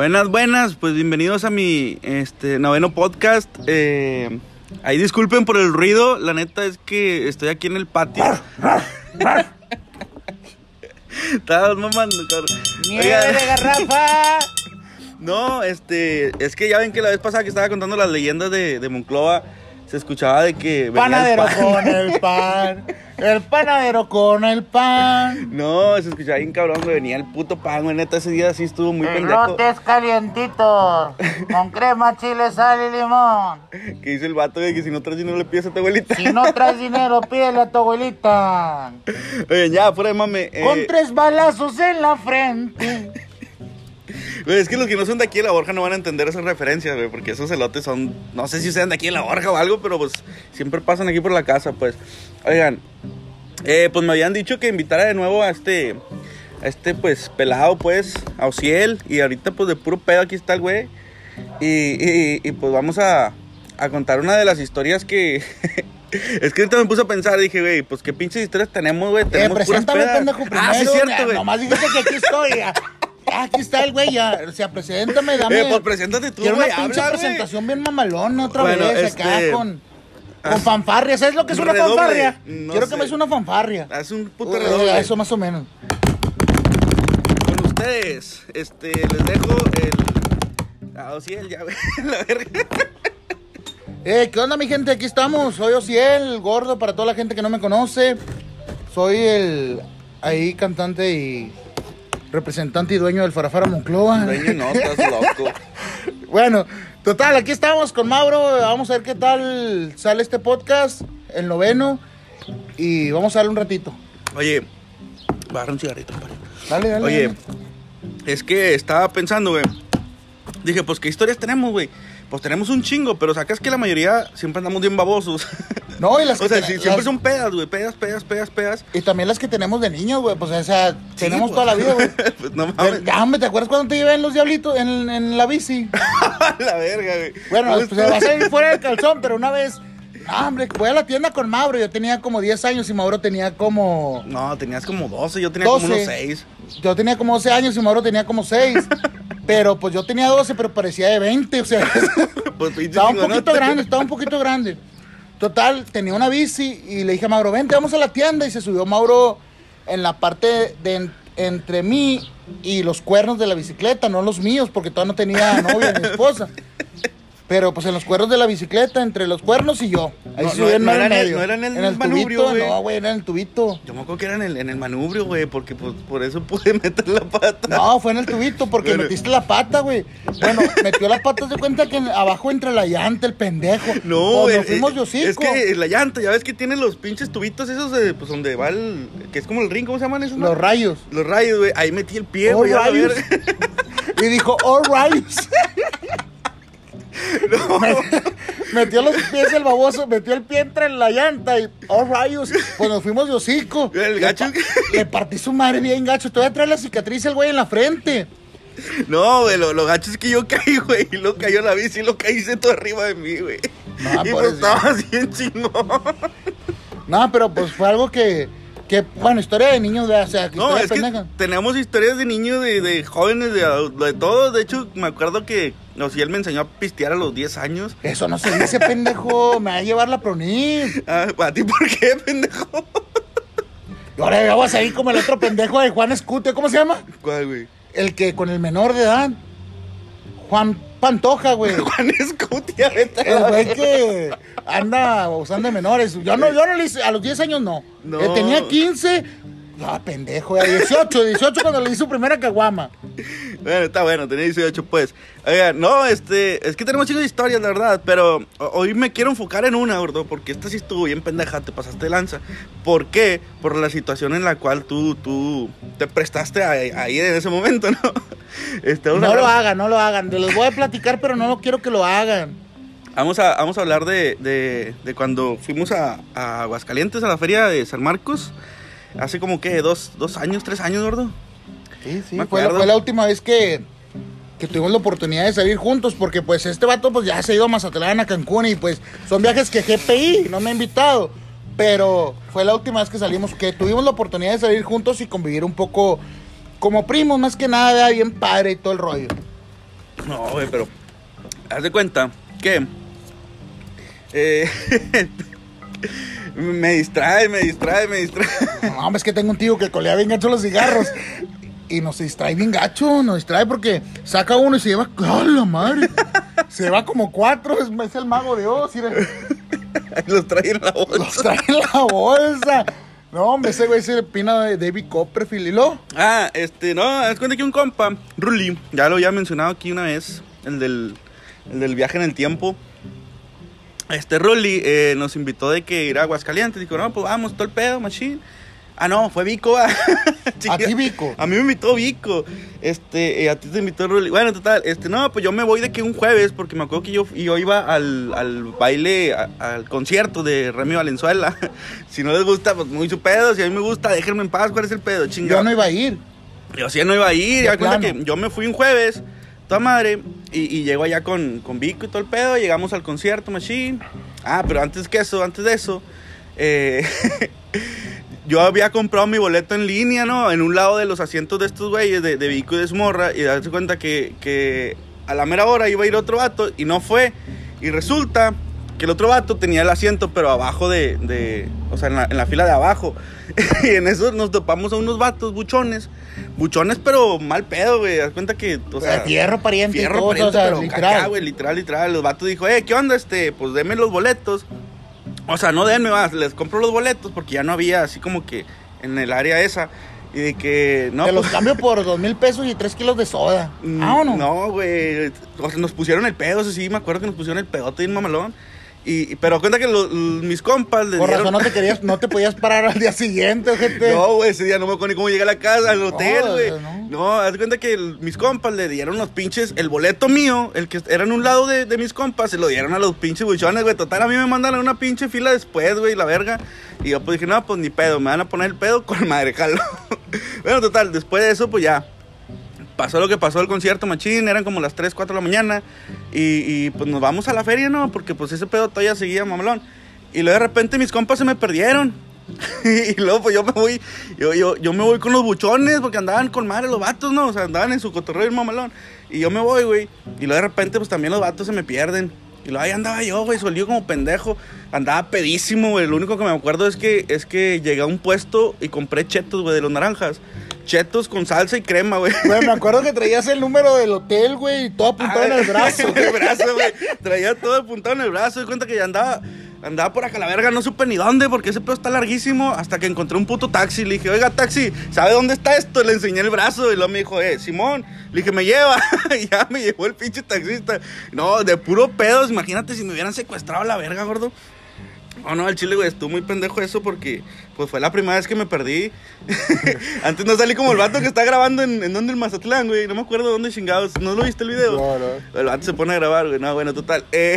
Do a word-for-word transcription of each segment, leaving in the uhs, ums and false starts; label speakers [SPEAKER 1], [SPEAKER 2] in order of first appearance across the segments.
[SPEAKER 1] Buenas, buenas, pues bienvenidos a mi este noveno podcast. Eh, ahí disculpen por el ruido, la neta es que estoy aquí en el patio. Estabas mamando, cabrón.
[SPEAKER 2] ¡Nieve de garrafa!
[SPEAKER 1] No, este, es que ya ven que la vez pasada que estaba contando las leyendas de, de Monclova, se escuchaba de que venía
[SPEAKER 2] Panadero
[SPEAKER 1] el pan.
[SPEAKER 2] con el pan, el panadero con el pan.
[SPEAKER 1] No, se escuchaba bien cabrón, güey, venía el puto pan, güey, neta, ese día sí estuvo muy pendejo.
[SPEAKER 2] Elotes calientitos, con crema, chile, sal y limón.
[SPEAKER 1] Que dice el vato, güey, que si no traes dinero le pides a tu abuelita.
[SPEAKER 2] Si no traes dinero, pídele a tu abuelita.
[SPEAKER 1] Oye, ya, fuera de mame. Eh,
[SPEAKER 2] Con tres balazos en la frente.
[SPEAKER 1] Güey, es que los que no son de aquí de La Borja no van a entender esas referencias, güey, porque esos elotes son, no sé si sean de aquí de La Borja o algo, pero pues siempre pasan aquí por la casa, pues. Oigan, eh, pues me habían dicho que invitara de nuevo a este, a este, pues, pelado, pues, a Ociel, y ahorita, pues, de puro pedo aquí está el güey, y, y, y pues vamos a, a contar una de las historias que... Es que ahorita me puse a pensar, dije, güey, pues, qué pinches historias tenemos, güey,
[SPEAKER 2] Eh,
[SPEAKER 1] tenemos puras
[SPEAKER 2] preséntame,
[SPEAKER 1] pedas.
[SPEAKER 2] pendejo, primero.
[SPEAKER 1] Ah, sí, es cierto, güey.
[SPEAKER 2] Nomás dijiste que aquí estoy, ya. Ah, aquí está el güey, ya. O sea, preséntame, dame.
[SPEAKER 1] Eh, pues, preséntate tú,
[SPEAKER 2] Quiero
[SPEAKER 1] güey,
[SPEAKER 2] una pinche
[SPEAKER 1] habla, güey.
[SPEAKER 2] presentación bien mamalona otra
[SPEAKER 1] Bueno,
[SPEAKER 2] vez, acá
[SPEAKER 1] este...
[SPEAKER 2] con... Con fanfarria, ¿sabes lo que es una
[SPEAKER 1] Redoble,
[SPEAKER 2] fanfarria?
[SPEAKER 1] no
[SPEAKER 2] Quiero
[SPEAKER 1] sé.
[SPEAKER 2] que me des una fanfarria.
[SPEAKER 1] Haz un puto
[SPEAKER 2] Uh,
[SPEAKER 1] redoble.
[SPEAKER 2] Eso más o menos.
[SPEAKER 1] Con ustedes, este, les dejo el... Ah, sí, el ya, güey, la verga.
[SPEAKER 2] Eh, ¿qué onda, mi gente? Aquí estamos. Soy Ociel, gordo, para toda la gente que no me conoce. Soy el ahí cantante y representante y dueño del Farafara Monclova.
[SPEAKER 1] Dueño, no, estás loco.
[SPEAKER 2] Bueno, total, aquí estamos con Mauro. Vamos a ver qué tal sale este podcast, el noveno. Y vamos a darle un ratito.
[SPEAKER 1] Oye, voy a agarrar un cigarrito, compadre.
[SPEAKER 2] Dale, dale.
[SPEAKER 1] Oye,
[SPEAKER 2] dale.
[SPEAKER 1] es que estaba pensando, güey. Dije, pues, ¿qué historias tenemos, güey? Pues tenemos un chingo, pero sacas que la mayoría siempre andamos bien babosos.
[SPEAKER 2] No, y las
[SPEAKER 1] O
[SPEAKER 2] que
[SPEAKER 1] sea,
[SPEAKER 2] ten-
[SPEAKER 1] sí, siempre
[SPEAKER 2] las-
[SPEAKER 1] son pedas, güey. Pedas, pedas, pedas, pedas.
[SPEAKER 2] Y también las que tenemos de niños, güey. Pues, o sea,
[SPEAKER 1] Sí,
[SPEAKER 2] tenemos
[SPEAKER 1] pues.
[SPEAKER 2] toda la vida, güey.
[SPEAKER 1] Pues no mames.
[SPEAKER 2] Ya, hombre, ¿te acuerdas cuando te llevé en los diablitos en, en la bici?
[SPEAKER 1] La verga, güey.
[SPEAKER 2] Bueno,
[SPEAKER 1] Pues,
[SPEAKER 2] pues se va a salir fuera del calzón, pero una vez, no, hombre, voy a la tienda con Mauro. Yo tenía como diez años y Mauro tenía como.
[SPEAKER 1] No, tenías como doce, yo tenía
[SPEAKER 2] doce.
[SPEAKER 1] como unos seis.
[SPEAKER 2] Yo tenía como doce años y Mauro tenía como seis. Pero pues yo tenía doce, pero parecía de veinte, o sea.
[SPEAKER 1] Pues, pinche
[SPEAKER 2] Estaba un
[SPEAKER 1] chingonote.
[SPEAKER 2] poquito grande, estaba un poquito grande. Total, tenía una bici y le dije a Mauro, vente, vamos a la tienda. Y se subió Mauro en la parte de en- entre mí y los cuernos de la bicicleta, no los míos, porque todavía no tenía novia ni esposa. Pero pues en los cuernos de la bicicleta, entre los cuernos y yo. Ahí
[SPEAKER 1] No,
[SPEAKER 2] se subieron
[SPEAKER 1] no, no
[SPEAKER 2] en
[SPEAKER 1] era en el-
[SPEAKER 2] medio.
[SPEAKER 1] no era en el manubrio,
[SPEAKER 2] tubito,
[SPEAKER 1] güey.
[SPEAKER 2] no, güey, era en el tubito.
[SPEAKER 1] Yo me acuerdo que era en el, en el manubrio, güey, porque pues, por eso pude meter la pata.
[SPEAKER 2] No, fue en el tubito porque
[SPEAKER 1] Bueno.
[SPEAKER 2] metiste la pata, güey. Bueno, metió la pata, de cuenta que en- abajo entre la llanta, el pendejo.
[SPEAKER 1] No,
[SPEAKER 2] Pues,
[SPEAKER 1] eh,
[SPEAKER 2] nos fuimos
[SPEAKER 1] eh,
[SPEAKER 2] de hocico.
[SPEAKER 1] es que la llanta, ya ves que tiene los pinches tubitos esos de, pues donde va el, que es como el ring, ¿cómo se llaman esos?
[SPEAKER 2] Los
[SPEAKER 1] no?
[SPEAKER 2] rayos.
[SPEAKER 1] Los rayos, güey, ahí metí el pie,
[SPEAKER 2] Oh,
[SPEAKER 1] güey, a la
[SPEAKER 2] rayos.
[SPEAKER 1] verga.
[SPEAKER 2] Y dijo, all rayos. Metió los pies el baboso, metió el pie entre la llanta y all rayos. Pues nos fuimos de hocico.
[SPEAKER 1] El
[SPEAKER 2] Le
[SPEAKER 1] gacho.
[SPEAKER 2] pa- Le partí su madre bien gacho. Todavía trae la cicatriz el güey en la frente.
[SPEAKER 1] No, güey, lo, lo gacho es que yo caí, güey, y lo cayó la bici y lo caí todo arriba de mí, güey.
[SPEAKER 2] No,
[SPEAKER 1] y
[SPEAKER 2] por
[SPEAKER 1] pues
[SPEAKER 2] eso.
[SPEAKER 1] estaba así en chingón.
[SPEAKER 2] No, pero pues fue algo que, que bueno, historia de niños, o sea, que
[SPEAKER 1] No,
[SPEAKER 2] historia
[SPEAKER 1] es que
[SPEAKER 2] pendeja.
[SPEAKER 1] tenemos historias de niños, de, de jóvenes, de, de todo. De hecho, me acuerdo que, o sea, él me enseñó a pistear a los diez años.
[SPEAKER 2] Eso no se dice, pendejo. Me va a llevar la Pronil.
[SPEAKER 1] Ah, ¿a ti por qué, pendejo?
[SPEAKER 2] Y ahora vamos a ir como el otro pendejo de Juan Escute. ¿Cómo se llama?
[SPEAKER 1] ¿Cuál, güey?
[SPEAKER 2] El que con el menor de edad. Juan Pantoja, güey.
[SPEAKER 1] Juan Escutia, vete a
[SPEAKER 2] El
[SPEAKER 1] la
[SPEAKER 2] güey
[SPEAKER 1] verga.
[SPEAKER 2] que anda usando de menores. Yo no, yo no le hice, a los diez años no.
[SPEAKER 1] No.
[SPEAKER 2] Él tenía quince. Ah, pendejo, ya dieciocho, dieciocho cuando le hizo su primera caguama.
[SPEAKER 1] Bueno, está bueno, tenía dieciocho, pues. Oiga, no, este, es que tenemos chicos de historias, la verdad, pero hoy me quiero enfocar en una, gordo, porque esta sí estuvo bien pendeja, te pasaste de lanza. ¿Por qué? Por la situación en la cual tú, tú te prestaste ahí, ahí en ese momento, ¿no? Este, vamos,
[SPEAKER 2] No
[SPEAKER 1] a
[SPEAKER 2] lo
[SPEAKER 1] hablar,
[SPEAKER 2] hagan, no lo hagan. Les voy a platicar, pero no lo quiero que lo hagan.
[SPEAKER 1] vamos, a, vamos a hablar de, de, de cuando fuimos a, a Aguascalientes, a la feria de San Marcos, hace como que dos, dos años, tres años, gordo.
[SPEAKER 2] Sí, sí,
[SPEAKER 1] Me
[SPEAKER 2] fue la,
[SPEAKER 1] acuerdo.
[SPEAKER 2] fue la última vez que, que tuvimos la oportunidad de salir juntos, porque pues este vato pues ya se ha ido a Mazatlán, a Cancún, y pues son viajes que G P I no me ha invitado, pero fue la última vez que salimos, que tuvimos la oportunidad de salir juntos y convivir un poco como primos, más que nada, bien padre y todo el rollo.
[SPEAKER 1] No, güey, pero haz de cuenta que eh, me distrae, me distrae, me distrae.
[SPEAKER 2] No, hombre, es que tengo un tío que colea bien gacho los cigarros. Y nos distrae bien gacho, nos distrae porque saca uno y se lleva... ¡Oh, la madre! Se lleva como cuatro, es, es el mago de Oz.
[SPEAKER 1] Los trae en la bolsa.
[SPEAKER 2] Los trae en la bolsa. No, hombre, ese güey se pina de David Copperfield y lo...
[SPEAKER 1] Ah, este, no, haz cuenta que un compa, Ruli, ya lo había mencionado aquí una vez, el del, el del viaje en el tiempo. Este Ruli eh, nos invitó de que ir a Aguascalientes. Dijo, no, pues vamos, todo el pedo, machine. Ah, no, fue Vico. ¿A
[SPEAKER 2] ti, Vico?
[SPEAKER 1] A mí me invitó Vico. Este, eh, a ti te invitó Ruli. Bueno, total, este, no, pues yo me voy de que un jueves, porque me acuerdo que yo, yo iba al, al baile, a, al concierto de Remy Valenzuela. Si no les gusta, pues muy su pedo. Si a mí me gusta, déjenme en paz. ¿Cuál es el pedo? Chingado.
[SPEAKER 2] Yo no iba a ir.
[SPEAKER 1] Yo sí no iba a ir.
[SPEAKER 2] De
[SPEAKER 1] Ya cuenta
[SPEAKER 2] plano.
[SPEAKER 1] que yo me fui un jueves, toda madre, y, y llego allá con, con Vico y todo el pedo. Llegamos al concierto, machine. Ah, pero antes que eso, antes de eso, eh... yo había comprado mi boleto en línea, ¿no? En un lado de los asientos de estos güeyes, de, de Vico y de su morra. Y darse cuenta que, que a la mera hora iba a ir otro vato y no fue. Y resulta que el otro vato tenía el asiento, pero abajo de... de o sea, en la, en la fila de abajo. Y en eso nos topamos a unos vatos buchones. Buchones, pero mal pedo, güey. Das cuenta que, o sea...
[SPEAKER 2] Fierro pariente y
[SPEAKER 1] Fierro
[SPEAKER 2] todo,
[SPEAKER 1] pariente,
[SPEAKER 2] o sea,
[SPEAKER 1] pero
[SPEAKER 2] literal.
[SPEAKER 1] caca, güey, literal, literal. Los vatos dijo, eh, ¿qué onda? Este, pues denme los boletos. O sea, no denme más, les compro los boletos porque ya no había así como que en el área esa. Y de que, no.
[SPEAKER 2] Te los
[SPEAKER 1] pues,
[SPEAKER 2] cambio por dos mil pesos y tres kilos de soda. ¿Ah o no?
[SPEAKER 1] No, güey. O sea, nos pusieron el pedo, eso sí, me acuerdo que nos pusieron el pedote bien mamalón. Y, pero cuenta que lo, lo, mis compas le
[SPEAKER 2] Por
[SPEAKER 1] dieron...
[SPEAKER 2] razón no te querías, no te podías parar al día siguiente, gente.
[SPEAKER 1] No, güey, ese día no me acuerdo ni cómo llegué a la casa, al hotel, güey.
[SPEAKER 2] No,
[SPEAKER 1] No,
[SPEAKER 2] no.
[SPEAKER 1] no, haz de cuenta que el, mis compas le dieron los pinches, el boleto mío, el que era en un lado de, de mis compas, se lo dieron a los pinches buchones, güey. Total, a mí me mandan a una pinche fila después, güey, la verga. Y yo pues dije, no, pues ni pedo, me van a poner el pedo con madre jalo. Bueno, total, después de eso, pues ya... pasó lo que pasó el concierto, machín, eran como las tres, cuatro de la mañana. Y, y pues nos vamos a la feria, ¿no? Porque pues ese pedo todavía seguía mamalón. Y luego de repente mis compas se me perdieron. Y luego pues yo me voy, yo, yo, yo me voy con los buchones, porque andaban con madre los vatos, ¿no? O sea, andaban en su cotorreo y mamalón. Y yo me voy, güey. Y luego de repente pues también los vatos se me pierden. Y luego ahí andaba yo, güey, solío como pendejo. Andaba pedísimo, güey. Lo único que me acuerdo es que, es que llegué a un puesto y compré chetos, güey, de los naranjas. Chetos con salsa y crema, güey.
[SPEAKER 2] Güey, me acuerdo que traías el número del hotel, güey, y todo apuntado en el brazo.
[SPEAKER 1] En el brazo, güey. Traía todo apuntado en el brazo. De cuenta que ya andaba, andaba por acá la verga, no supe ni dónde, porque ese pedo está larguísimo. Hasta que encontré un puto taxi. Le dije, oiga, taxi, ¿sabe dónde está esto? Le enseñé el brazo y luego me dijo, eh, Simón. Le dije, me lleva. Y ya me llevó el pinche taxista. No, de puro pedos. Imagínate si me hubieran secuestrado a la verga, gordo. Oh, no, al chile, güey, estuvo muy pendejo eso porque, pues, fue la primera vez que me perdí. Antes no salí como el vato que está grabando en, en donde, en Mazatlán, güey. No me acuerdo dónde chingados. ¿No lo viste el video?
[SPEAKER 2] No, no.
[SPEAKER 1] El vato se pone a grabar, güey. No, bueno, total. Eh,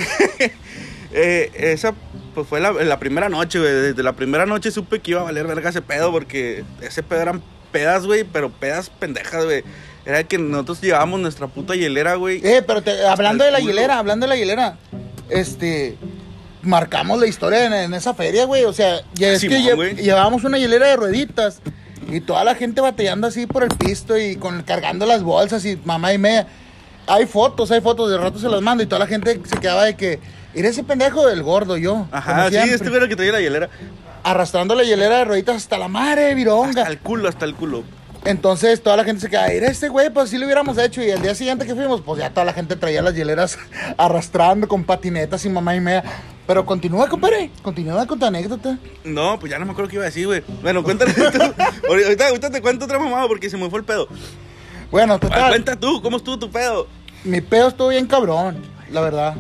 [SPEAKER 1] eh, esa, pues, fue la, la primera noche, güey. Desde la primera noche supe que iba a valer verga ese pedo porque ese pedo eran pedas, güey, pero pedas pendejas, güey. Era que nosotros llevábamos nuestra puta hielera, güey.
[SPEAKER 2] Eh, pero te- hablando
[SPEAKER 1] el
[SPEAKER 2] de la
[SPEAKER 1] culo.
[SPEAKER 2] hielera, hablando de la hielera, este... marcamos la historia en, en esa feria, güey. O sea, ya es
[SPEAKER 1] Simón,
[SPEAKER 2] que lle-
[SPEAKER 1] güey.
[SPEAKER 2] llevábamos una hielera de rueditas y toda la gente batallando así por el pisto y con, cargando las bolsas y mamá y media. Hay fotos, hay fotos, de rato se las mando y toda la gente se quedaba de que, era ese pendejo del gordo, yo.
[SPEAKER 1] Ajá,
[SPEAKER 2] como
[SPEAKER 1] sí,
[SPEAKER 2] siempre,
[SPEAKER 1] este güey era el que traía la hielera.
[SPEAKER 2] arrastrando la hielera de rueditas hasta la madre, vironga.
[SPEAKER 1] Hasta el culo, hasta el culo.
[SPEAKER 2] Entonces toda la gente se queda, era este güey, pues sí lo hubiéramos hecho. Y el día siguiente que fuimos, pues ya toda la gente traía las hieleras arrastrando con patinetas y mamá y media. Pero continúa, compadre, continúa con tu anécdota.
[SPEAKER 1] No, pues ya no me acuerdo qué iba a decir, güey. Bueno, cuéntale tú. Ahorita, ahorita te cuento otra mamada porque se me fue el pedo.
[SPEAKER 2] Bueno,
[SPEAKER 1] Ah,
[SPEAKER 2] total,
[SPEAKER 1] cuenta tú, ¿cómo estuvo tu pedo?
[SPEAKER 2] mi pedo estuvo bien cabrón, la verdad.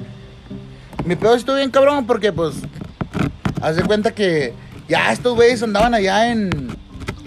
[SPEAKER 2] Mi pedo estuvo bien cabrón porque, pues, haz de cuenta que ya estos güeyes andaban allá en...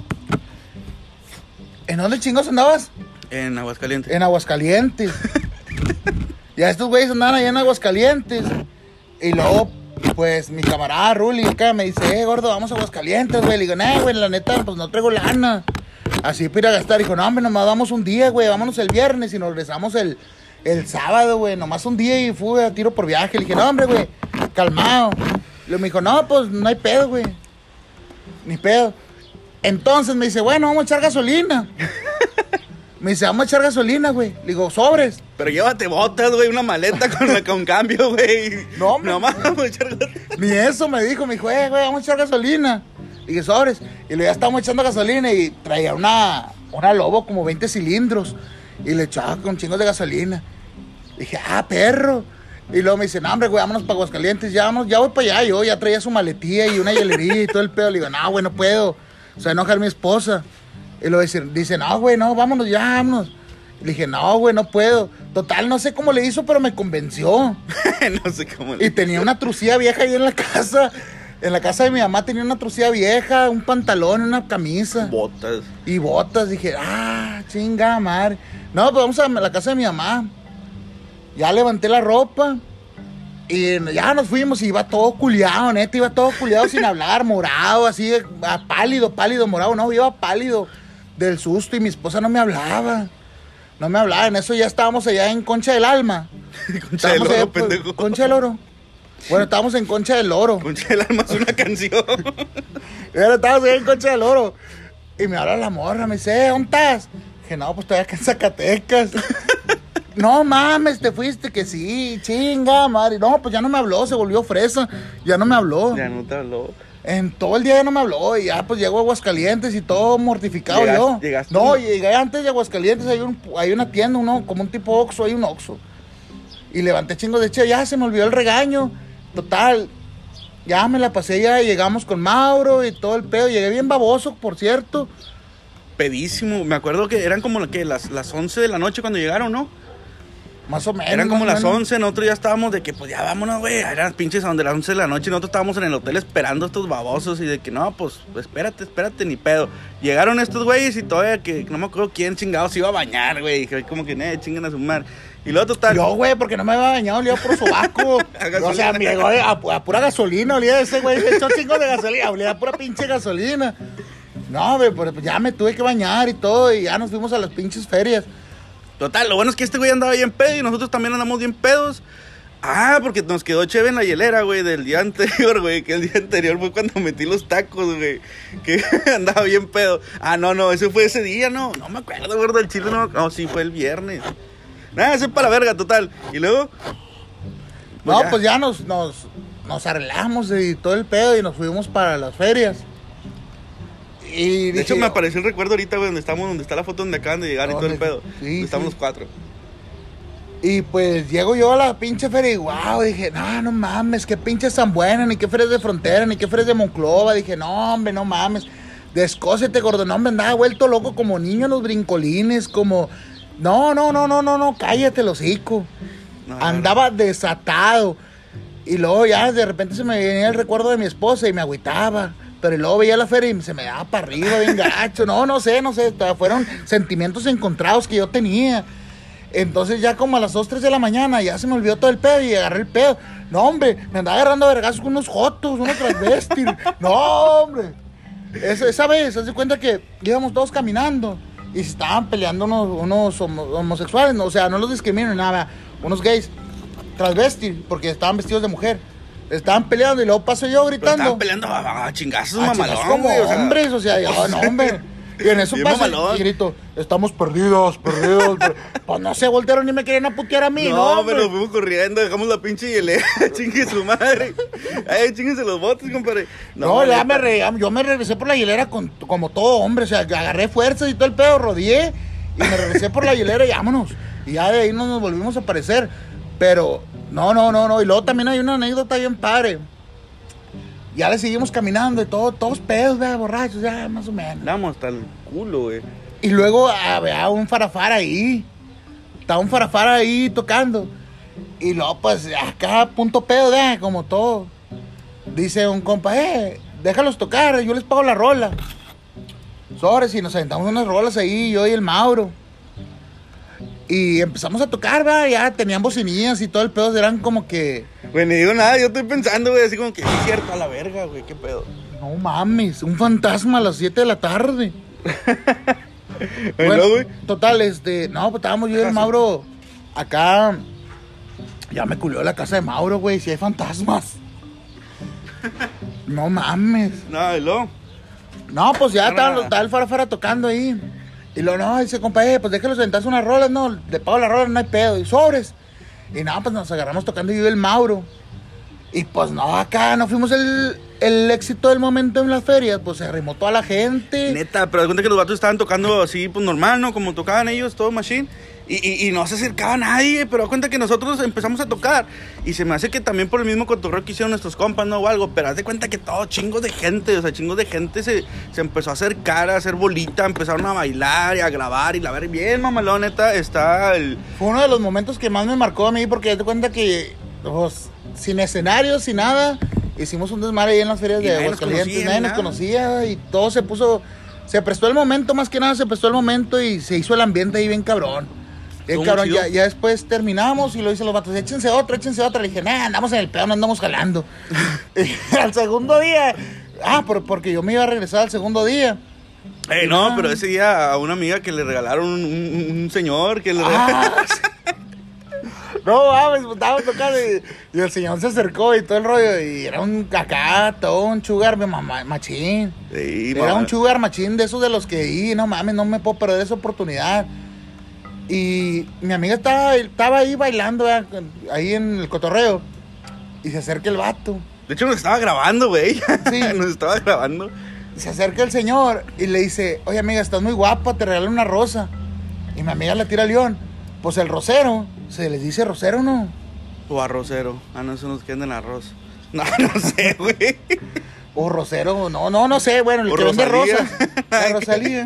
[SPEAKER 2] ¿En dónde chingos andabas?
[SPEAKER 1] En Aguascalientes.
[SPEAKER 2] En Aguascalientes. Ya estos güeyes andaban allá en Aguascalientes. Y luego, pues, mi camarada Ruli acá me dice, eh, gordo, vamos a Aguascalientes, güey. Le digo, nah, güey, la neta, pues no traigo lana. Así para ir a gastar. Dijo, no, hombre, nomás vamos un día, güey. Vámonos el viernes y nos regresamos el, el sábado, güey. Nomás un día y fui a tiro por viaje. Le dije, no, hombre, güey, calmado. Luego me dijo, no, pues no hay pedo, güey. Ni pedo. Entonces me dice, bueno, vamos a echar gasolina. Me dice, vamos a echar gasolina, güey. Le digo, sobres.
[SPEAKER 1] Pero llévate botas, güey, una maleta con, la, con cambio, güey.
[SPEAKER 2] No, hombre.
[SPEAKER 1] Nomás vamos a echar gasolina.
[SPEAKER 2] Ni eso me dijo, me dijo, eh, güey, vamos a echar gasolina. Le dije, sobres. Y luego ya estábamos echando gasolina y traía una, una Lobo como veinte cilindros. Y le echaba con chingos de gasolina. Dije, ah, perro. Y luego me dice, no, hombre, güey, vámonos para Aguascalientes. Ya, vamos, ya voy para allá. Yo ya traía su maletilla y una hielería y todo el pedo. Le digo, no, güey, no puedo. O sea, enojar a mi esposa. Y luego dice, dice, no, güey, no, vámonos ya, vámonos. Le dije, no, güey, no puedo. Total, no sé cómo le hizo, pero me convenció.
[SPEAKER 1] No sé cómo le
[SPEAKER 2] Y tenía una trucilla vieja ahí en la casa. En la casa de mi mamá tenía una trucilla vieja, un pantalón, una camisa.
[SPEAKER 1] Botas.
[SPEAKER 2] Y botas. Dije, ah, chinga madre. No, pues vamos a la casa de mi mamá. Ya levanté la ropa. Y ya nos fuimos y iba todo culiado, neta. Iba todo culiado sin hablar, morado, así, pálido, pálido, morado. No, iba pálido del susto y mi esposa no me hablaba. No me hablaba. En eso ya estábamos allá en Concha del Alma.
[SPEAKER 1] Concha del Oro,
[SPEAKER 2] allá,
[SPEAKER 1] pendejo.
[SPEAKER 2] Pues, Concha del Oro. Bueno, estábamos en Concha del Oro.
[SPEAKER 1] Concha del Alma es una canción.
[SPEAKER 2] Bueno, estábamos allá en Concha del Oro. Y me habla la morra, me dice, ¿dónde estás? Dije, no, pues estoy acá en Zacatecas. No mames, te fuiste, que sí, chinga, madre. No, pues ya no me habló, se volvió fresa. Ya no me habló.
[SPEAKER 1] Ya no te habló.
[SPEAKER 2] En todo el día ya no me habló. Y ya pues llego a Aguascalientes y todo mortificado
[SPEAKER 1] Llegaste,
[SPEAKER 2] yo.
[SPEAKER 1] llegaste.
[SPEAKER 2] No, llegué antes de Aguascalientes, hay, un, hay una tienda, uno, como un tipo Oxxo, hay un Oxxo. Y levanté chingos de che, ya se me olvidó el regaño. Total, ya me la pasé, ya llegamos con Mauro y todo el pedo. Llegué bien baboso, por cierto.
[SPEAKER 1] Pedísimo. Me acuerdo que eran como que las, las once de la noche cuando llegaron, ¿no?
[SPEAKER 2] Más o menos.
[SPEAKER 1] Eran como
[SPEAKER 2] más o
[SPEAKER 1] las
[SPEAKER 2] menos.
[SPEAKER 1] once, nosotros ya estábamos de que pues ya vámonos, güey. Eran pinches a donde las once de la noche y nosotros estábamos en el hotel esperando a estos babosos y de que no, pues espérate, espérate, ni pedo. Llegaron estos güeyes y todavía que no me acuerdo quién chingados se iba a bañar, güey. Dije, como que, eh, chingan a su mar. Y luego total.
[SPEAKER 2] Yo, güey, porque no me había bañado, olía por sobaco. O sea, me llegó a, a pura gasolina, olía ese güey, se echó chingos de gasolina, olía a pura pinche gasolina. No, güey, pues ya me tuve que bañar y todo, y ya nos fuimos a las pinches ferias.
[SPEAKER 1] Total, lo bueno es que este güey andaba bien pedo y nosotros también andamos bien pedos. Ah, porque nos quedó chévere en la hielera, güey, del día anterior, güey. Que el día anterior fue cuando metí los tacos, güey. Que andaba bien pedo. Ah, no, no, ese fue ese día, no. No me acuerdo, gordo, el chile no. No, sí, fue el viernes. Nada, ese es para la verga, total. Y luego.
[SPEAKER 2] Pues no, ya. pues ya nos, nos, nos arreglamos y todo el pedo y nos fuimos para las ferias. Y
[SPEAKER 1] de
[SPEAKER 2] dije,
[SPEAKER 1] hecho, me apareció el recuerdo ahorita, güey, donde estamos, donde está la foto donde acaban de llegar y todo el pedo.
[SPEAKER 2] Sí,
[SPEAKER 1] donde estamos
[SPEAKER 2] sí.
[SPEAKER 1] los cuatro.
[SPEAKER 2] Y pues llego yo a la pinche feria y wow, dije, no, no mames, qué pinches tan buenas, ni qué ferias de Frontera, ni qué ferias de Monclova. Dije, no, hombre, no mames, descósete, gordo, no, hombre, andaba vuelto loco como niño en los brincolines, como, no, no, no, no, no, no, cállate el hocico.
[SPEAKER 1] No,
[SPEAKER 2] Andaba desatado. Y luego ya de repente se me venía el recuerdo de mi esposa y me agüitaba. Pero luego veía la feria y se me daba para arriba, bien gacho. No, no sé, no sé. Fueron sentimientos encontrados que yo tenía. Entonces ya como a las dos, tres de la mañana ya se me olvidó todo el pedo y agarré el pedo. No, hombre, me andaba agarrando a vergazos con unos jotos, unos transvestis. No, hombre. Esa, esa vez, haz de cuenta que íbamos todos caminando y se estaban peleando unos, unos homo, homosexuales. No, o sea, no los discriminan, nada. Unos gays transvestis porque estaban vestidos de mujer. Estaban peleando y luego paso yo gritando.
[SPEAKER 1] Pero estaban peleando a, a chingazos,
[SPEAKER 2] a
[SPEAKER 1] mamalón,
[SPEAKER 2] chingazos como
[SPEAKER 1] güey, o sea,
[SPEAKER 2] hombres, o sea, yo, no, hombre. Y en eso
[SPEAKER 1] Bien
[SPEAKER 2] pasa
[SPEAKER 1] mamalón.
[SPEAKER 2] y grito, estamos perdidos, perdidos. per-". Pues no se voltearon ni me querían aputear a mí,
[SPEAKER 1] No,
[SPEAKER 2] ¿no?
[SPEAKER 1] pero
[SPEAKER 2] hombre?
[SPEAKER 1] nos fuimos corriendo, dejamos la pinche hielera, chingue su madre. Ay, chinguense los botes, compadre.
[SPEAKER 2] No, ya
[SPEAKER 1] neta.
[SPEAKER 2] me re, yo me regresé por la hielera con, como todo hombre, o sea, agarré fuerzas y todo el pedo, rodeé y me regresé por la hielera y vámonos. Y ya de ahí no nos volvimos a aparecer. Pero, no, no, no, no. Y luego también hay una anécdota bien padre. Ya le seguimos caminando y todo, todos pedos, ¿verdad? Borrachos, ya, más o menos.
[SPEAKER 1] Andamos hasta el culo, güey.
[SPEAKER 2] Y luego había un farafara ahí. Estaba un farafara ahí tocando. Y luego, pues, acá, punto pedo, ¿verdad? Como todo. Dice un compa, eh, déjalos tocar, yo les pago la rola. Sobres, y nos aventamos unas rolas ahí, yo y el Mauro. Y empezamos a tocar, ¿verdad? Ya tenían bocinillas y todo el pedo, eran como que...
[SPEAKER 1] Güey, ni digo nada, yo estoy pensando, güey, así como que es cierto, a la verga, güey, qué pedo.
[SPEAKER 2] No mames, un fantasma a las siete de la tarde.
[SPEAKER 1] Bueno, güey.
[SPEAKER 2] Total, este, no, pues estábamos yo y el Mauro acá. Ya me culió la casa de Mauro, güey, si hay fantasmas. No mames.
[SPEAKER 1] No, y luego.
[SPEAKER 2] No, pues ya
[SPEAKER 1] No,
[SPEAKER 2] estaba,
[SPEAKER 1] no.
[SPEAKER 2] estaba el farafara tocando ahí. Y luego, no, dice, compa, eh, pues déjalo sentarse unas rolas, no, le pago las rolas, no hay pedo. Y sobres. Y no, pues nos agarramos tocando yo y el Mauro. Y pues no, acá no fuimos el, el éxito del momento en las ferias, pues se arrimó toda la gente.
[SPEAKER 1] Neta, pero de cuenta que los vatos estaban tocando así, pues normal, ¿no? Como tocaban ellos, todo machine. Y, y, y no se acercaba a nadie, pero da cuenta que nosotros empezamos a tocar. Y se me hace que también por el mismo cotorreo que hicieron nuestros compas, ¿no? O algo. Pero haz de cuenta que todo chingos de gente, o sea, chingos de gente se, se empezó a acercar, a hacer bolita, empezaron a bailar y a grabar y la ver bien, mamalón, neta, está el...
[SPEAKER 2] Fue uno de los momentos que más me marcó a mí, porque haz de cuenta que, pues, sin escenarios, sin nada, hicimos un desmadre ahí en las ferias
[SPEAKER 1] Y
[SPEAKER 2] de
[SPEAKER 1] nadie nos
[SPEAKER 2] Aguascalientes,
[SPEAKER 1] conocía,
[SPEAKER 2] nadie
[SPEAKER 1] ni
[SPEAKER 2] nos
[SPEAKER 1] nada.
[SPEAKER 2] conocía y todo se puso, se prestó el momento, más que nada se prestó el momento y se hizo el ambiente ahí bien cabrón. Bien
[SPEAKER 1] Estuvo
[SPEAKER 2] cabrón,
[SPEAKER 1] muy chido.
[SPEAKER 2] ya, ya después terminamos y lo dicen los vatos, échense otra, échense otra. Le dije, nah, andamos en el pedo, no andamos jalando. Y al segundo día, ah, por, porque yo me iba a regresar al segundo día.
[SPEAKER 1] Eh, no,
[SPEAKER 2] Ah.
[SPEAKER 1] pero ese día a una amiga que le regalaron un, un- un señor que le
[SPEAKER 2] Ah, no, mames, pues, estábamos tocando y, y el señor se acercó y todo el rollo. Y era un acá, todo un sugar mamá, machín.
[SPEAKER 1] Sí,
[SPEAKER 2] Era
[SPEAKER 1] mamá.
[SPEAKER 2] un sugar machín de esos de los que, y no mames, no me puedo perder esa oportunidad. Y mi amiga estaba, estaba ahí bailando, ¿verdad? Ahí en el cotorreo. Y se acerca el vato.
[SPEAKER 1] De hecho, nos estaba grabando, güey.
[SPEAKER 2] Sí.
[SPEAKER 1] Nos estaba grabando.
[SPEAKER 2] Se acerca el señor y le dice, oye amiga, estás muy guapa, te regalo una rosa. Y mi amiga le tira al león. Pues el rosero, se les dice rosero, ¿no?
[SPEAKER 1] O arrocero. Ah, no, eso nos queda en arroz. No, no sé, güey.
[SPEAKER 2] O rosero, no, no, no sé, bueno, el
[SPEAKER 1] O
[SPEAKER 2] que vende
[SPEAKER 1] Rosalía.
[SPEAKER 2] rosas. La Rosalía.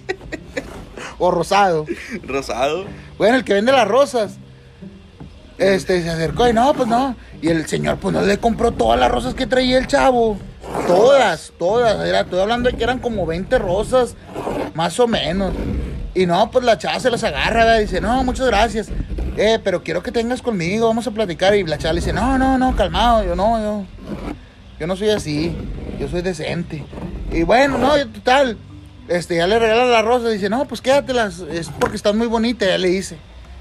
[SPEAKER 2] O rosado.
[SPEAKER 1] Rosado.
[SPEAKER 2] Bueno, el que vende las rosas. Este, se acercó y no, pues no. Y el señor, pues no le compró todas las rosas que traía el chavo. Todas, todas. Era, estoy hablando de que eran como veinte rosas, más o menos. Y no, pues la chava se las agarra, ¿verdad? Dice, no, muchas gracias. Eh, pero quiero que tengas conmigo, vamos a platicar. Y la chava le dice, no, no, no, calmado. Yo no, yo, yo no soy así. Yo soy decente. Y bueno, no, total. Este, ya le regala las rosas. Dice, no, pues quédatelas. Es porque están muy bonitas, ya le dice.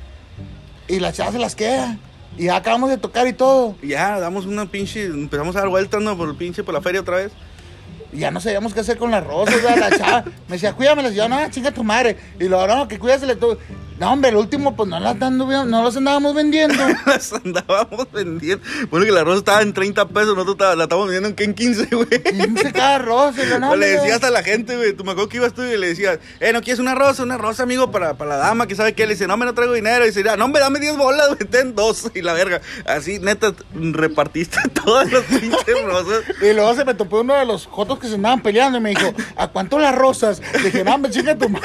[SPEAKER 2] Y la chava se las queda. Y ya acabamos de tocar y todo.
[SPEAKER 1] Y ya, damos una pinche. Empezamos a dar vueltas, ¿no? Por el pinche, por la feria otra vez.
[SPEAKER 2] Y ya no sabíamos qué hacer con las rosas, ¿verdad? La chava me decía, cuídamelas. Y yo, no, chinga tu madre. Y luego, no, que cuídasele tú. No, hombre, el último, pues no las, dando, no las andábamos vendiendo.
[SPEAKER 1] Las andábamos vendiendo. Bueno, que la rosa estaba en treinta pesos. Nosotros ta- la estábamos vendiendo en, ¿qué? En quince, güey.
[SPEAKER 2] quince cada rosa. Y yo, no,
[SPEAKER 1] O le
[SPEAKER 2] hombre,
[SPEAKER 1] decías a la gente, güey. Tú me acuerdo que ibas tú y le decías, eh, ¿no quieres una rosa? Una rosa, amigo, para, para la dama que sabe qué. Le dice, no, me no traigo dinero. Y dice, no, hombre, dame diez bolas, güey, ten dos. Y la verga. Así, neta, repartiste todas las pinches rosas.
[SPEAKER 2] Y luego se me topó uno de los jotos que se andaban peleando y me dijo, ¿a cuánto las rosas? Le dije, no, me chinga tu madre.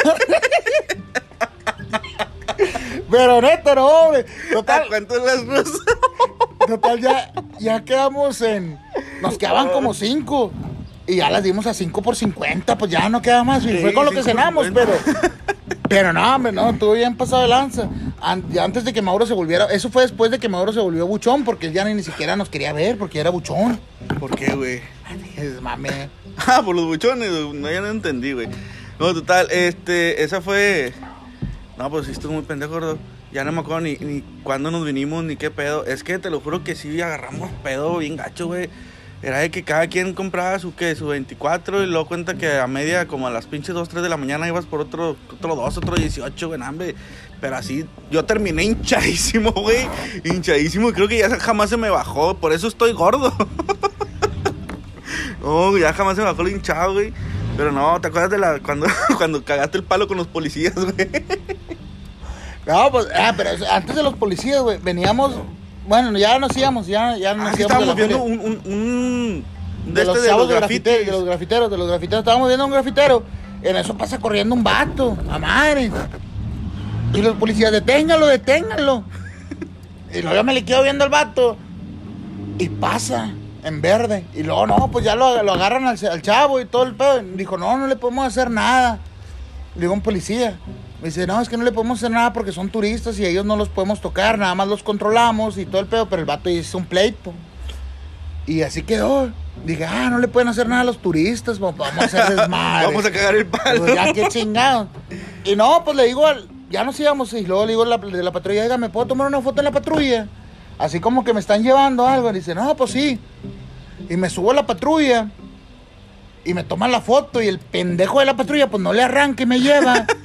[SPEAKER 2] Pero neta, no, hombre.
[SPEAKER 1] ¿A
[SPEAKER 2] Total,
[SPEAKER 1] cuánto las rosas?
[SPEAKER 2] total, ya, ya quedamos en... Nos quedaban como cinco. Y ya las dimos a cinco por cincuenta, pues ya no queda más. Y
[SPEAKER 1] Sí,
[SPEAKER 2] fue con lo que
[SPEAKER 1] cinco por
[SPEAKER 2] cenamos, pero...
[SPEAKER 1] cincuenta.
[SPEAKER 2] Pero no, hombre, no, estuvo bien pasado de lanza. An- ya antes de que Mauro se volviera... Eso fue después de que Mauro se volvió buchón, porque él ya ni, ni siquiera nos quería ver, porque era buchón.
[SPEAKER 1] ¿Por qué, güey?
[SPEAKER 2] Es mame.
[SPEAKER 1] Ah, por los buchones, güey. No, ya no entendí, güey. No, total, este, esa fue... No, pues sí, estuvo muy pendejo, gordo. Ya no me acuerdo ni, ni cuándo nos vinimos, ni qué pedo. Es que te lo juro que sí agarramos pedo bien gacho, güey. Era de que cada quien compraba su, ¿qué? Su veinticuatro y luego cuenta que a media, como a las pinches dos, tres de la mañana ibas por otro, otro dos, otro dieciocho, güey, hambre. Pero así, yo terminé hinchadísimo, güey. Hinchadísimo, creo que ya jamás se me bajó. Por eso estoy gordo. No, ya jamás se me bajó el hinchado, güey. Pero no, ¿te acuerdas de la cuando, cuando cagaste el palo con los policías, güey?
[SPEAKER 2] No, pues, ah, pero eso, antes de los policías, güey, veníamos... Bueno, ya nos íbamos, ya, ya nos
[SPEAKER 1] Ah, sí,
[SPEAKER 2] íbamos de la
[SPEAKER 1] estábamos viendo
[SPEAKER 2] feria.
[SPEAKER 1] un, un, un
[SPEAKER 2] De, los
[SPEAKER 1] este
[SPEAKER 2] chavos de,
[SPEAKER 1] grafitis.
[SPEAKER 2] grafite- de los grafiteros, de los grafiteros. Estábamos viendo un grafitero. En eso pasa corriendo un vato, a madre. Y los policías, deténganlo, deténganlo. Y luego yo me le quedo viendo al vato. Y pasa en verde. Y luego, no, pues ya lo, lo agarran al, al chavo y todo el pedo. Y dijo, no, no le podemos hacer nada. Le digo a un policía. Me dice, no, es que no le podemos hacer nada porque son turistas y ellos no los podemos tocar, nada más los controlamos y todo el pedo. Pero el vato hizo un pleito. Y así quedó. Dije, ah, no le pueden hacer nada a los turistas, vamos a hacer desmadre.
[SPEAKER 1] Vamos a cagar el palo.
[SPEAKER 2] Pues ya, qué chingado. Y no, pues le digo, al, ya nos íbamos. Y luego le digo a la, de la patrulla, oiga, ¿me puedo tomar una foto en la patrulla? Así como que me están llevando algo. Y dice, no, pues sí. Y me subo a la patrulla. Y me toman la foto. Y el pendejo de la patrulla, pues no le arranca y me lleva.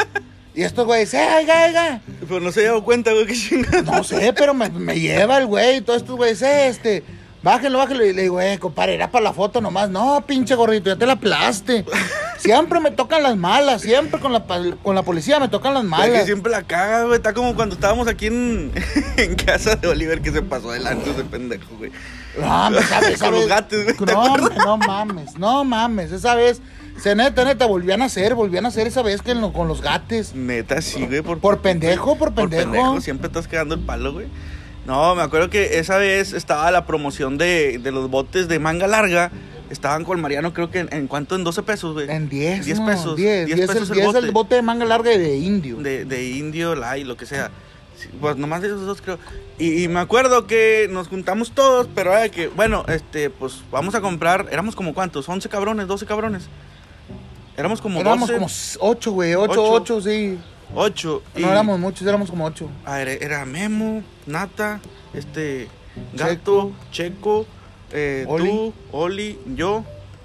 [SPEAKER 2] Y estos güeyes, eh, oiga, oiga.
[SPEAKER 1] Pero no se dio cuenta, güey, qué chingada.
[SPEAKER 2] No sé, pero me, me lleva el güey. Y todos estos güeyes, eh, este, bájenlo, bájenlo. Y le digo, eh, compadre, era para la foto nomás. No, pinche gordito, ya te la aplaste. Siempre me tocan las malas, siempre con la, con la policía me tocan las malas.
[SPEAKER 1] Es que siempre la caga, güey. Está como cuando estábamos aquí en, en casa de Oliver, que se pasó adelante ese pendejo, güey.
[SPEAKER 2] No, hombre, ¿sabes?
[SPEAKER 1] Con los gatos, güey.
[SPEAKER 2] No, hombre, no mames, no mames. Esa vez, se neta, neta, volvían a hacer, volvían a hacer esa vez que lo, con los gatos.
[SPEAKER 1] Neta, sí, güey. Por,
[SPEAKER 2] por pendejo, por pendejo.
[SPEAKER 1] Por pendejo, siempre estás quedando el palo, güey. No, me acuerdo que esa vez estaba la promoción de, de los botes de manga larga. Estaban con Mariano, creo que en, en cuánto, en doce pesos, güey.
[SPEAKER 2] En diez,
[SPEAKER 1] diez
[SPEAKER 2] no,
[SPEAKER 1] pesos.
[SPEAKER 2] diez,
[SPEAKER 1] diez
[SPEAKER 2] diez
[SPEAKER 1] pesos
[SPEAKER 2] el,
[SPEAKER 1] el bote.
[SPEAKER 2] el bote de manga larga de indio.
[SPEAKER 1] De, de indio, light, lo que sea. Sí, pues nomás de esos dos, creo. Y, y me acuerdo que nos juntamos todos, pero era que, bueno, este, pues vamos a comprar. Éramos como cuántos, once cabrones, doce cabrones. Éramos como
[SPEAKER 2] Éramos
[SPEAKER 1] doce.
[SPEAKER 2] como ocho, güey, ocho,
[SPEAKER 1] Ocho.
[SPEAKER 2] ocho, sí.
[SPEAKER 1] Ocho.
[SPEAKER 2] No éramos muchos, éramos como ocho.
[SPEAKER 1] A ver, era Memo, Nata, este, Gato, Checo, eh,
[SPEAKER 2] Oli.
[SPEAKER 1] tú, Oli, yo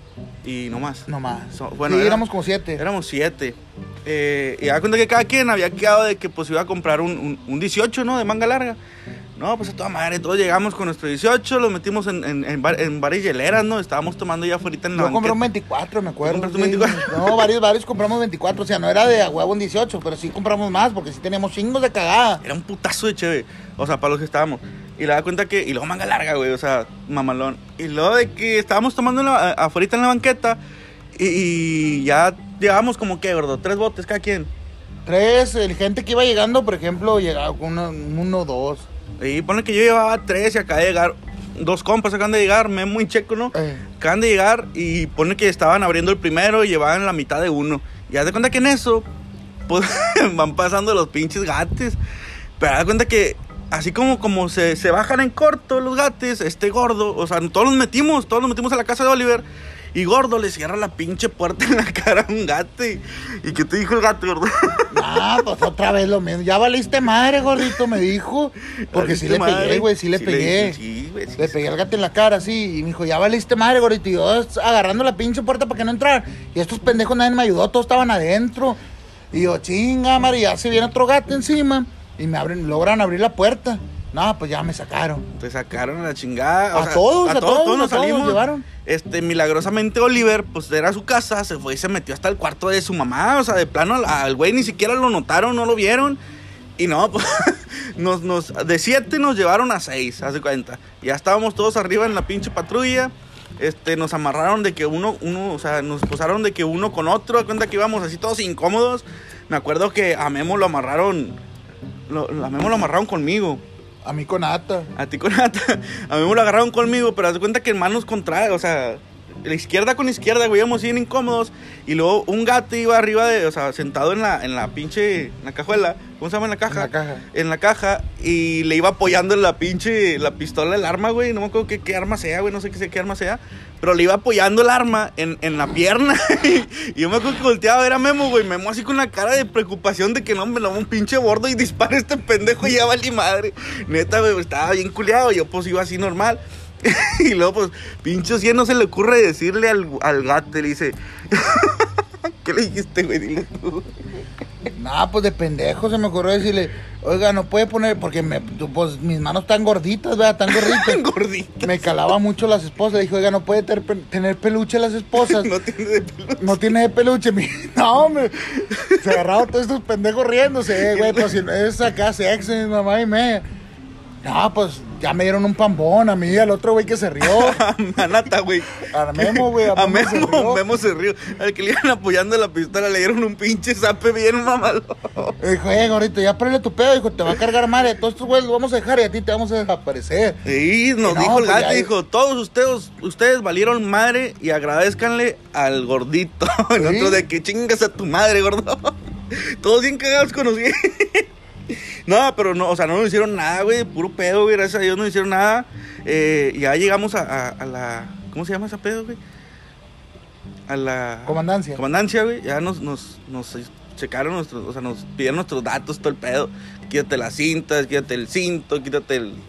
[SPEAKER 1] y no más.
[SPEAKER 2] No más.
[SPEAKER 1] So, bueno,
[SPEAKER 2] sí,
[SPEAKER 1] era-
[SPEAKER 2] éramos como siete.
[SPEAKER 1] Éramos siete. Eh, y da cuenta que cada quien había quedado de que pues iba a comprar un, un, un dieciocho, ¿no? De manga larga. No, pues a toda madre, todos llegamos con nuestro dieciocho, lo metimos en, en, en, bar, en bares hieleras, ¿no? Estábamos tomando ya afuera en la
[SPEAKER 2] Yo compré un
[SPEAKER 1] banqueta.
[SPEAKER 2] veinticuatro, me acuerdo.
[SPEAKER 1] ¿Tú compraste un
[SPEAKER 2] sí.
[SPEAKER 1] veinticuatro?
[SPEAKER 2] No, varios, varios compramos veinticuatro. O sea, no era de a huevo un dieciocho, pero sí compramos más porque sí teníamos chingos de cagada.
[SPEAKER 1] Era un putazo de cheve. O sea, para los que estábamos. Y le da cuenta que... Y luego manga larga, güey. O sea, mamalón. Y luego de que estábamos tomando en la, afuera en la banqueta. Y, y ya llevábamos como que, gordo, tres botes cada quien.
[SPEAKER 2] Tres, el gente que iba llegando, por ejemplo, llegaba con uno, uno dos.
[SPEAKER 1] Y pone que yo llevaba tres y acaba de llegar... Dos compas acaban de llegar, Memo y Checo, ¿no?
[SPEAKER 2] Eh.
[SPEAKER 1] Acaban de llegar y pone que estaban abriendo el primero y llevaban la mitad de uno. Y haz de cuenta que en eso, pues van pasando los pinches gatos. Pero haz de cuenta que así como, como se, se bajan en corto los gatos, este gordo, o sea, todos nos metimos, todos nos metimos a la casa de Oliver. Y gordo le cierra la pinche puerta en la cara a un gato. ¿Y, ¿y qué te dijo el gato, gordo?
[SPEAKER 2] Ah, pues otra vez lo mismo. Ya valiste madre, gordito, me dijo. Porque
[SPEAKER 1] Valiste
[SPEAKER 2] sí le
[SPEAKER 1] madre.
[SPEAKER 2] pegué, güey, sí le
[SPEAKER 1] Sí
[SPEAKER 2] pegué.
[SPEAKER 1] sí, güey, sí,
[SPEAKER 2] Le
[SPEAKER 1] sí.
[SPEAKER 2] pegué al gato en la cara, sí. Y me dijo, ya valiste madre, gordito. Y yo agarrando la pinche puerta para que no entraran. Y estos pendejos nadie me ayudó, todos estaban adentro. Y yo, chinga, madre, ya se viene otro gato encima. Y me abren, logran abrir la puerta. No, pues ya me sacaron.
[SPEAKER 1] Te sacaron a la chingada. o
[SPEAKER 2] A
[SPEAKER 1] sea,
[SPEAKER 2] todos, a todos,
[SPEAKER 1] todos nos
[SPEAKER 2] a todos
[SPEAKER 1] salimos.
[SPEAKER 2] nos llevaron.
[SPEAKER 1] Este, milagrosamente Oliver, pues era su casa, se fue y se metió hasta el cuarto de su mamá. O sea, de plano, al- al güey ni siquiera lo notaron, no lo vieron. Y no, pues, nos, nos, de siete nos llevaron a seis, haz de cuenta. Ya estábamos todos arriba en la pinche patrulla. Este, nos amarraron de que uno, uno, o sea, nos posaron de que uno con otro, de cuenta que íbamos así todos incómodos. Me acuerdo que a Memo lo amarraron, lo, a Memo lo amarraron conmigo.
[SPEAKER 2] A mí con Ata.
[SPEAKER 1] A ti con Ata. A mí me lo agarraron conmigo, pero haz de cuenta que en manos contra, o sea, la izquierda con izquierda, güey, íbamos bien incómodos. Y luego un gato iba arriba de, o sea, sentado en la, en la pinche, en la cajuela, ¿cómo se llama en la caja?
[SPEAKER 2] En la caja.
[SPEAKER 1] En la caja, y le iba apoyando en la pinche, la pistola, el arma, güey, no me acuerdo qué, qué arma sea, güey, no sé qué, qué arma sea. Pero le iba apoyando el arma en, en la pierna. Y yo me acuerdo que volteaba a ver a Memo, güey. Memo así con la cara de preocupación de que no me lo un pinche bordo y dispara este pendejo y ya vale madre. Neta, güey, estaba bien culiado. Yo pues iba así normal. Y luego pues, pinche si no se le ocurre decirle al, al gato, le dice... ¿Qué le dijiste, güey? Dile tú.
[SPEAKER 2] Nah, pues de pendejo se me ocurrió decirle, oiga, no puede poner, porque me, pues mis manos están gorditas, ¿verdad? Tan gorditas.
[SPEAKER 1] Gordita.
[SPEAKER 2] Me calaba mucho las esposas. Le dije, oiga, no puede ter- tener peluche las esposas.
[SPEAKER 1] No tiene de pelo.
[SPEAKER 2] No tiene de peluche. Mi- No, me... Se agarraron todos estos pendejos riéndose, eh, güey. Pues si no es acá sexy, mi mamá y media. No, pues ya me dieron un pambón a mí, al otro güey que se rió.
[SPEAKER 1] A Nata, güey.
[SPEAKER 2] A Memo, güey.
[SPEAKER 1] A
[SPEAKER 2] Memo se
[SPEAKER 1] Memo,
[SPEAKER 2] rió.
[SPEAKER 1] Memo se rió. Al que le iban apoyando la pistola le dieron un pinche zape bien mamalón.
[SPEAKER 2] Y dijo, eh, gordito, ya ponle tu pedo. Dijo, te va a cargar madre. Todos estos güeyes los vamos a dejar y a ti te vamos a desaparecer.
[SPEAKER 1] Y nos
[SPEAKER 2] No,
[SPEAKER 1] dijo el
[SPEAKER 2] pues
[SPEAKER 1] gato,
[SPEAKER 2] ya-
[SPEAKER 1] dijo, todos ustedes, ustedes valieron madre y agradezcanle al gordito. Y nosotros de que chingas a tu madre, gordo. Todos bien cagados conocí. No, pero no, o sea, no nos hicieron nada, güey, puro pedo, güey, gracias a Dios no nos hicieron nada. Eh, ya llegamos a, a, a la, ¿cómo se llama esa pedo, güey? A la...
[SPEAKER 2] Comandancia.
[SPEAKER 1] Comandancia, güey, ya nos, nos, nos checaron nuestros, o sea, nos pidieron nuestros datos, todo el pedo. Quítate las cintas, quítate el cinto, quítate el...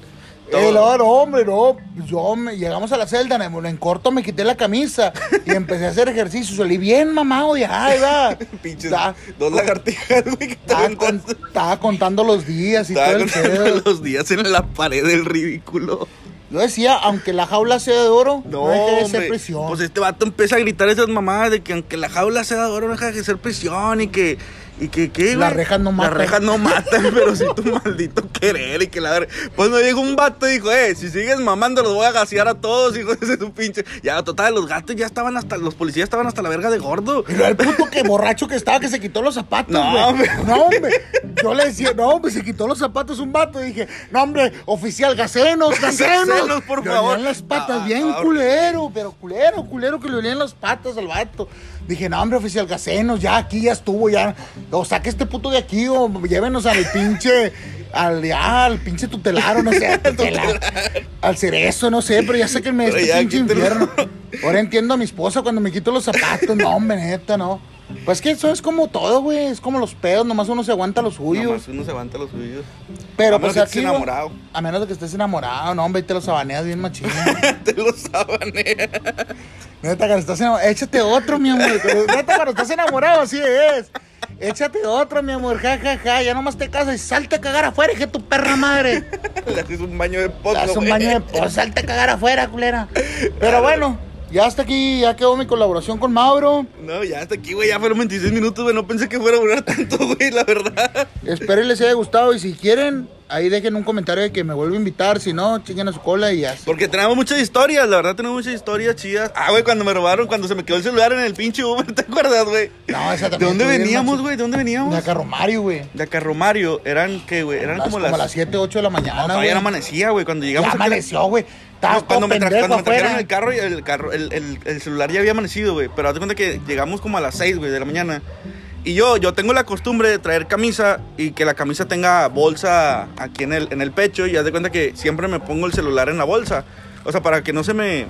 [SPEAKER 2] Eh, no, no, hombre, no. Yo me, llegamos a la celda, en, en corto me quité la camisa y empecé a hacer ejercicio. Salí bien mamado ya, ahí va.
[SPEAKER 1] Pinches dos lagartijas, güey, que
[SPEAKER 2] estaba, con, estaba contando los días y
[SPEAKER 1] estaba
[SPEAKER 2] todo el
[SPEAKER 1] contando los días en la pared del ridículo.
[SPEAKER 2] Yo decía, aunque la jaula sea de oro, no, no deje de ser prisión.
[SPEAKER 1] Pues este vato empieza a gritar esas mamadas de que aunque la jaula sea de oro, no deja de ser prisión y que... Y que, ¿qué,
[SPEAKER 2] Las rejas no matan.
[SPEAKER 1] Las rejas no matan, pero si tu maldito querer y que la verdad. Pues no llegó un vato y dijo, eh, si sigues mamando los voy a gasear a todos, hijo de su pinche. Ya, total, los gatos ya estaban hasta, los policías estaban hasta la verga de gordo.
[SPEAKER 2] Pero el puto que borracho que estaba que se quitó los zapatos,
[SPEAKER 1] no,
[SPEAKER 2] güey.
[SPEAKER 1] Hombre.
[SPEAKER 2] No, hombre. Yo le decía, no, hombre, se quitó los zapatos un vato. Y dije, no, hombre, oficial, gasenos, gasenos.
[SPEAKER 1] Gasenos, por
[SPEAKER 2] le
[SPEAKER 1] favor.
[SPEAKER 2] Le olían las patas,
[SPEAKER 1] no,
[SPEAKER 2] bien
[SPEAKER 1] no,
[SPEAKER 2] culero, pero culero, culero que le olían las patas al vato. Dije, no, hombre, oficial, gasenos, ya aquí ya estuvo, ya. O saque este puto de aquí o llévenos al pinche, al, ya, al pinche tutelar o no sé, tutelar, al cerezo, no sé, pero ya sáquenme de este pinche infierno. Ahora entiendo a mi esposa cuando me quito los zapatos, no, hombre, neta, no. Pues que eso es como todo, güey, es como los pedos, nomás uno se aguanta los suyos.
[SPEAKER 1] Nomás uno se aguanta los suyos.
[SPEAKER 2] Pero
[SPEAKER 1] a
[SPEAKER 2] pues
[SPEAKER 1] menos
[SPEAKER 2] aquí,
[SPEAKER 1] que estés enamorado.
[SPEAKER 2] A menos de que estés enamorado, no, hombre, y te los sabaneas bien machín.
[SPEAKER 1] Te los sabaneas.
[SPEAKER 2] Neta, cuando estás enamorado, échate otro, mi amor. Neta, cuando estás enamorado, así es. Échate otro, mi amor, ja, ja, ja. Ya nomás te casas y salte a cagar afuera, hija de tu perra madre.
[SPEAKER 1] Le haces un baño de pozo,
[SPEAKER 2] Le haces un baño de pozo, salte a cagar afuera, culera. Pero bueno, ya hasta aquí, ya quedó mi colaboración con Mauro.
[SPEAKER 1] No, ya hasta aquí, güey, ya fueron veintiséis minutos, güey. No pensé que fuera a durar tanto, güey, la verdad.
[SPEAKER 2] Espero les haya gustado y si quieren, ahí dejen un comentario de que me vuelvo a invitar. Si no, chinguen a su cola y ya.
[SPEAKER 1] Porque tenemos muchas historias, la verdad tenemos muchas historias chidas. Ah, güey, cuando me robaron, cuando se me quedó el celular en el pinche Uber, ¿te acuerdas, güey?
[SPEAKER 2] No, esa también.
[SPEAKER 1] ¿De dónde veníamos, güey? ¿De dónde veníamos?
[SPEAKER 2] De Acarromario, güey.
[SPEAKER 1] De Acarromario, eran, ¿qué, güey? Eran
[SPEAKER 2] las,
[SPEAKER 1] como,
[SPEAKER 2] como
[SPEAKER 1] las...
[SPEAKER 2] las siete, ocho de la mañana,
[SPEAKER 1] no, todavía no amanecía, güey, cuando llegamos...
[SPEAKER 2] Ya amaneció, güey. Estaba
[SPEAKER 1] no, cuando, me tra cuando me trajeron
[SPEAKER 2] afuera.
[SPEAKER 1] el carro, el, carro el, el, el celular ya había amanecido, güey. Pero haz de cuenta que llegamos como a las seis, güey, de la mañana. Y yo, yo tengo la costumbre de traer camisa y que la camisa tenga bolsa aquí en el, en el pecho. Y haz de cuenta que siempre me pongo el celular en la bolsa. O sea, para que no se me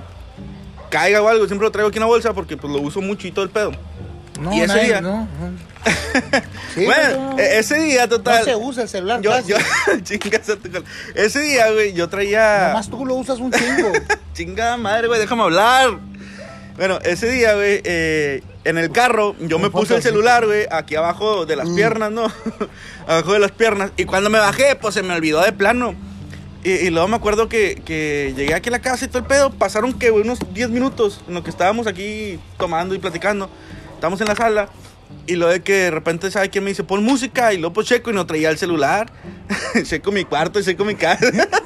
[SPEAKER 1] caiga o algo. Siempre lo traigo aquí en la bolsa porque pues lo uso mucho y todo el pedo.
[SPEAKER 2] No,
[SPEAKER 1] y ese
[SPEAKER 2] nadie,
[SPEAKER 1] día...
[SPEAKER 2] No, no. Sí,
[SPEAKER 1] bueno,
[SPEAKER 2] no,
[SPEAKER 1] ese día, total...
[SPEAKER 2] No se usa el celular,
[SPEAKER 1] yo, yo, chingas a tu col- Ese día, güey, yo traía...
[SPEAKER 2] Nomás tú lo usas un chingo.
[SPEAKER 1] Chingada madre, güey, déjame hablar. Bueno, ese día, güey, eh, en el carro, yo
[SPEAKER 2] Un
[SPEAKER 1] me puse el
[SPEAKER 2] fotoncito.
[SPEAKER 1] celular, güey, aquí abajo de las
[SPEAKER 2] Mm.
[SPEAKER 1] piernas, ¿no? Abajo de las piernas. Y cuando me bajé, pues se me olvidó de plano. Y, y luego me acuerdo que, que llegué aquí a la casa y todo el pedo. Pasaron, que güey, unos diez minutos en lo que estábamos aquí tomando y platicando. Estábamos en la sala. Y lo de que de repente, ¿sabe quién me dice? Pon música. Y luego pues checo y no traía el celular. Checo mi cuarto y checo mi casa.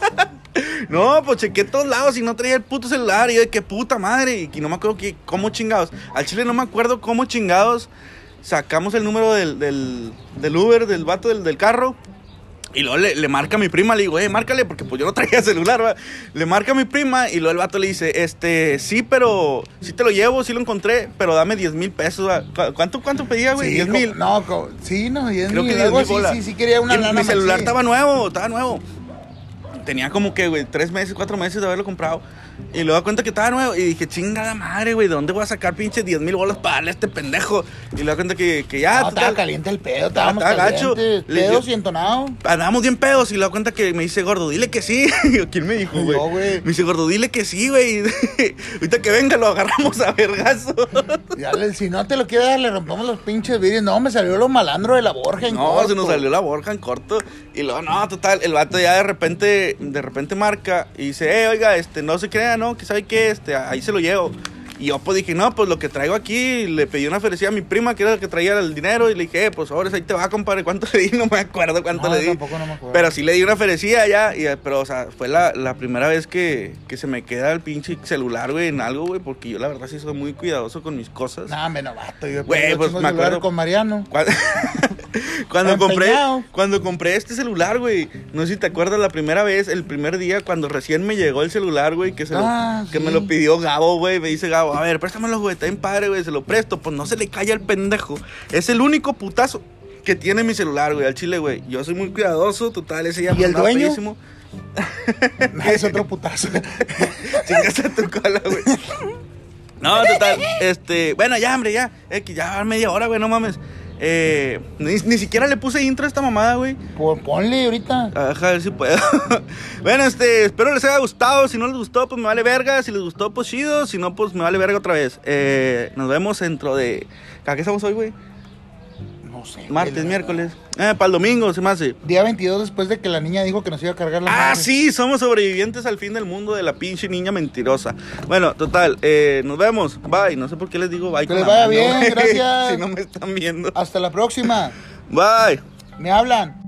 [SPEAKER 1] No, pues chequé todos lados y no traía el puto celular. Y yo de qué puta madre. Y no me acuerdo que, cómo chingados. Al chile no me acuerdo cómo chingados sacamos el número del, del, del Uber, del vato del, del carro. Y luego le, le marca a mi prima, le digo, eh, márcale, porque pues yo no traía celular, ¿va? Le marca a mi prima y luego el vato le dice, este, sí, pero, sí te lo llevo, sí lo encontré, pero dame diez mil pesos, ¿va? ¿Cu- ¿Cuánto, cuánto pedía, güey?
[SPEAKER 2] Sí,
[SPEAKER 1] diez mil.
[SPEAKER 2] No, co- sí, no, diez
[SPEAKER 1] Creo
[SPEAKER 2] mil.
[SPEAKER 1] que
[SPEAKER 2] Algo
[SPEAKER 1] diez mil
[SPEAKER 2] así,
[SPEAKER 1] bolas.
[SPEAKER 2] sí, sí quería una
[SPEAKER 1] Y
[SPEAKER 2] lana
[SPEAKER 1] mi
[SPEAKER 2] más,
[SPEAKER 1] celular
[SPEAKER 2] sí.
[SPEAKER 1] estaba nuevo, estaba nuevo. Tenía como que, güey, tres meses, cuatro meses de haberlo comprado. Y luego da cuenta que estaba nuevo. Y dije, chingada madre, güey, ¿de dónde voy a sacar pinches diez mil bolas para darle a este pendejo? Y luego da cuenta que, que ya,
[SPEAKER 2] No, estaba
[SPEAKER 1] total,
[SPEAKER 2] caliente el pedo, estábamos
[SPEAKER 1] estaba gacho.
[SPEAKER 2] calientes.
[SPEAKER 1] Le-
[SPEAKER 2] Pedos
[SPEAKER 1] yo-
[SPEAKER 2] y entonado.
[SPEAKER 1] andábamos bien pedos y luego da cuenta que me dice, gordo, dile que sí. Y yo, ¿quién me dijo, güey?
[SPEAKER 2] Yo, güey.
[SPEAKER 1] Me dice, gordo, dile que sí, güey. Ahorita que venga lo agarramos a vergazo.
[SPEAKER 2] Ya le- si no te lo quiere dar, le rompemos los pinches vidrios. No, me salió lo malandro de la Borja en
[SPEAKER 1] No,
[SPEAKER 2] corto.
[SPEAKER 1] se nos salió la Borja en corto. Y luego, no, total, el vato ya de repente, de repente marca y dice, eh, oiga, este, no se crea, ¿no? Que sabe qué, este, ahí se lo llevo. Y yo pues dije, no, pues lo que traigo aquí, le pedí una felicía a mi prima, que era la que traía el dinero, y le dije, eh, pues ahora ahí te va, compadre, ¿cuánto le di? No me acuerdo cuánto
[SPEAKER 2] No,
[SPEAKER 1] le di.
[SPEAKER 2] tampoco no me acuerdo.
[SPEAKER 1] Pero sí le di una felicía ya, y, pero, o sea, fue la, la primera vez que, que se me queda el pinche celular, güey, en algo, güey, porque yo la verdad sí soy muy cuidadoso con mis cosas.
[SPEAKER 2] No, me novato. Yo
[SPEAKER 1] Güey,
[SPEAKER 2] yo
[SPEAKER 1] pues,
[SPEAKER 2] tengo
[SPEAKER 1] me
[SPEAKER 2] celular
[SPEAKER 1] acuerdo.
[SPEAKER 2] con Mariano.
[SPEAKER 1] Cuando, cuando compré
[SPEAKER 2] Empeñado.
[SPEAKER 1] cuando compré este celular, güey, no sé si te acuerdas la primera vez, el primer día cuando recién me llegó el celular, güey, que se
[SPEAKER 2] Ah,
[SPEAKER 1] lo, que
[SPEAKER 2] sí.
[SPEAKER 1] me lo pidió Gabo, güey, me dice Gabo, a ver, préstamelo, güey, está bien padre, güey, se lo presto, pues no se le calla el pendejo. Es el único putazo que tiene mi celular, güey, al chile, güey. Yo soy muy cuidadoso, total, ese día
[SPEAKER 2] ¿Y el
[SPEAKER 1] andaba
[SPEAKER 2] dueño?
[SPEAKER 1] feísimo.
[SPEAKER 2] No, es otro putazo.
[SPEAKER 1] Chingas a tu cola, güey. No, total, este, bueno, ya, hombre, ya, eh, que ya va media hora, güey, no mames. Eh, ni, ni siquiera le puse intro a esta mamada, güey.
[SPEAKER 2] Pon- Ponle ahorita.
[SPEAKER 1] Ajá, a ver si puedo. Bueno, este, espero les haya gustado. Si no les gustó, pues me vale verga. Si les gustó, pues chido. Si no, pues me vale verga otra vez. Eh, nos vemos dentro de... ¿A qué estamos hoy, güey?
[SPEAKER 2] No sé.
[SPEAKER 1] Martes,
[SPEAKER 2] güey, la
[SPEAKER 1] miércoles. Eh, para el domingo, se me hace.
[SPEAKER 2] verdad. Día veintidós después de que la niña dijo que nos iba a cargar la
[SPEAKER 1] Ah,
[SPEAKER 2] madre.
[SPEAKER 1] sí, somos sobrevivientes al fin del mundo de la pinche niña mentirosa. Bueno, total, eh, nos vemos. Bye. No sé por qué les digo bye.
[SPEAKER 2] Que
[SPEAKER 1] con
[SPEAKER 2] les
[SPEAKER 1] la
[SPEAKER 2] vaya
[SPEAKER 1] mano,
[SPEAKER 2] bien,
[SPEAKER 1] güey.
[SPEAKER 2] gracias.
[SPEAKER 1] Si no me están viendo.
[SPEAKER 2] Hasta la próxima.
[SPEAKER 1] Bye.
[SPEAKER 2] Me hablan.